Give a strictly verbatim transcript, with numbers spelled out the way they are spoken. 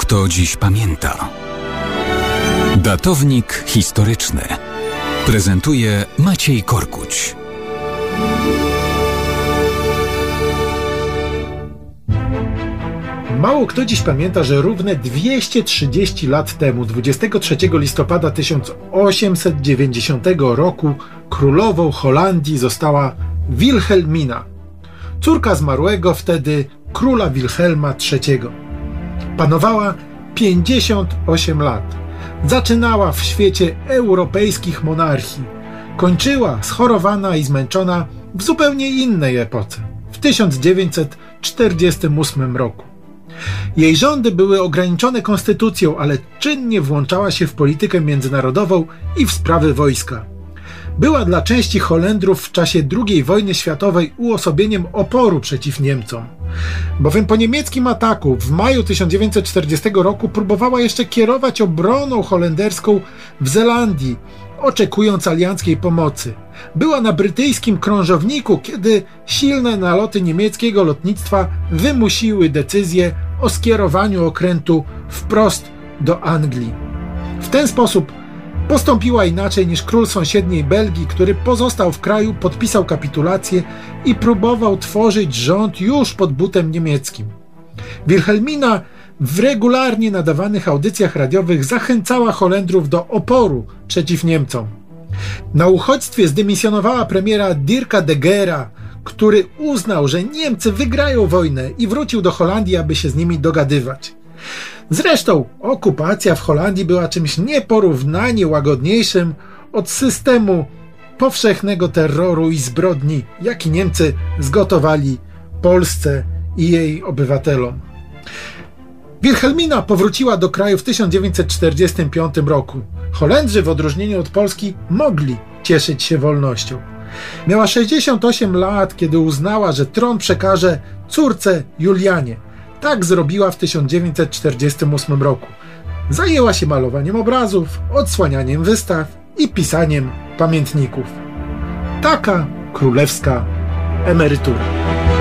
kto dziś pamięta. Datownik historyczny prezentuje Maciej Korkuć. Mało kto dziś pamięta, że równe dwieście trzydzieści lat temu, dwudziestego trzeciego listopada tysiąc osiemset dziewięćdziesiątego roku, królową Holandii została Wilhelmina, córka zmarłego wtedy króla Wilhelma trzeciego. Panowała pięćdziesiąt osiem lat. Zaczynała w świecie europejskich monarchii. Kończyła schorowana i zmęczona w zupełnie innej epoce, w tysiąc dziewięćset czterdziestym ósmym roku. Jej rządy były ograniczone konstytucją, ale czynnie włączała się w politykę międzynarodową i w sprawy wojska. Była dla części Holendrów w czasie drugiej wojny światowej uosobieniem oporu przeciw Niemcom. Bowiem po niemieckim ataku w maju tysiąc dziewięćset czterdziestego roku próbowała jeszcze kierować obroną holenderską w Zelandii, oczekując alianckiej pomocy. Była na brytyjskim krążowniku, kiedy silne naloty niemieckiego lotnictwa wymusiły decyzję o skierowaniu okrętu wprost do Anglii. W ten sposób postąpiła inaczej niż król sąsiedniej Belgii, który pozostał w kraju, podpisał kapitulację i próbował tworzyć rząd już pod butem niemieckim. Wilhelmina w regularnie nadawanych audycjach radiowych zachęcała Holendrów do oporu przeciw Niemcom. Na uchodźstwie zdymisjonowała premiera Dirka de Geera, który uznał, że Niemcy wygrają wojnę i wrócił do Holandii, aby się z nimi dogadywać. Zresztą okupacja w Holandii była czymś nieporównanie łagodniejszym od systemu powszechnego terroru i zbrodni, jaki Niemcy zgotowali Polsce i jej obywatelom. Wilhelmina powróciła do kraju w tysiąc dziewięćset czterdziestym piątym roku. Holendrzy, w odróżnieniu od Polski, mogli cieszyć się wolnością. Miała sześćdziesiąt osiem lat, kiedy uznała, że tron przekaże córce Julianie. Tak zrobiła w tysiąc dziewięćset czterdziestym ósmym roku. Zajęła się malowaniem obrazów, odsłanianiem wystaw i pisaniem pamiętników. Taka królewska emerytura.